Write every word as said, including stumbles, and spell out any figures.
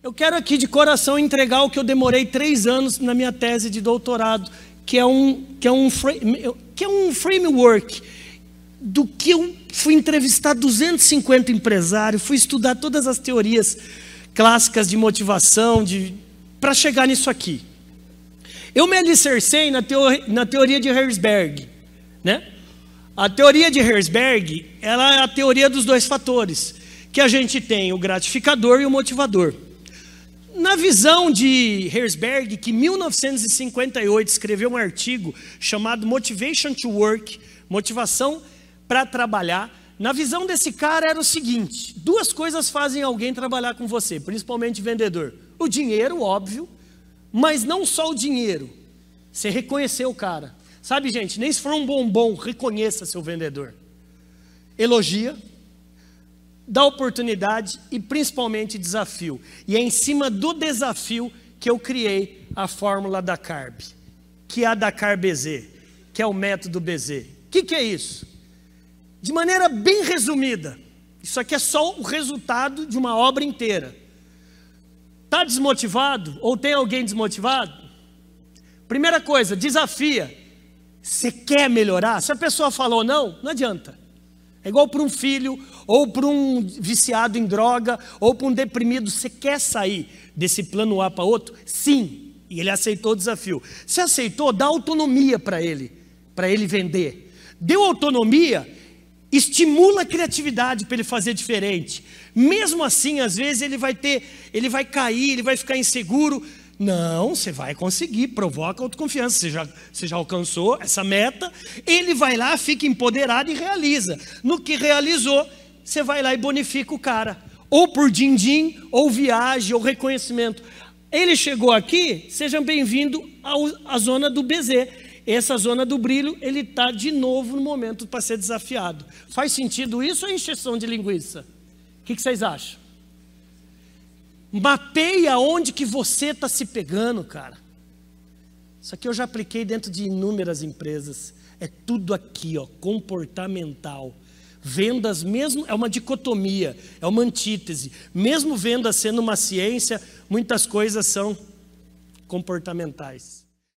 Eu quero aqui de coração entregar o que eu demorei três anos na minha tese de doutorado, que é um, que é um, que é um framework do que eu fui entrevistar duzentos e cinquenta empresários, fui estudar todas as teorias clássicas de motivação, de, para chegar nisso aqui. Eu me alicercei na, teoria, na teoria de Herzberg, né? A teoria de Herzberg, ela é a teoria dos dois fatores, que a gente tem o gratificador e o motivador. Na visão de Herzberg, que em mil novecentos e cinquenta e oito escreveu um artigo chamado Motivation to Work, motivação para trabalhar, na visão desse cara era o seguinte: duas coisas fazem alguém trabalhar com você, principalmente vendedor. O dinheiro, óbvio, mas não só o dinheiro, você reconhecer o cara. Sabe, gente, nem se for um bombom, reconheça seu vendedor. Elogia, dá oportunidade e principalmente desafio. E é em cima do desafio que eu criei a fórmula da C A R B, que é a da C A R B Z, que é o método B Z. O que, que é isso? De maneira bem resumida, isso aqui é só o resultado de uma obra inteira. Está desmotivado? Ou tem alguém desmotivado? Primeira coisa, desafia. Você quer melhorar? Se a pessoa falou não, não adianta. É igual para um filho, ou para um viciado em droga, ou para um deprimido. Você quer sair desse plano A para outro? Sim. E ele aceitou o desafio. Se aceitou, dá autonomia para ele, para ele vender. Deu autonomia, estimula a criatividade para ele fazer diferente. Mesmo assim, às vezes ele vai ter, ele vai cair, ele vai ficar inseguro. Não, você vai conseguir, provoca autoconfiança, você já, você já alcançou essa meta, ele vai lá, fica empoderado e realiza. No que realizou, você vai lá e bonifica o cara, ou por din-din, ou viagem, ou reconhecimento. Ele chegou aqui, sejam bem-vindos à zona do B Z. Essa zona do brilho, ele está de novo no momento para ser desafiado. Faz sentido isso ou é encheção de linguiça? O que, que vocês acham? Mapeia onde que você está se pegando, cara. Isso aqui eu já apliquei dentro de inúmeras empresas. É tudo aqui, ó, comportamental. Vendas mesmo, é uma dicotomia, é uma antítese. Mesmo vendas sendo uma ciência, muitas coisas são comportamentais.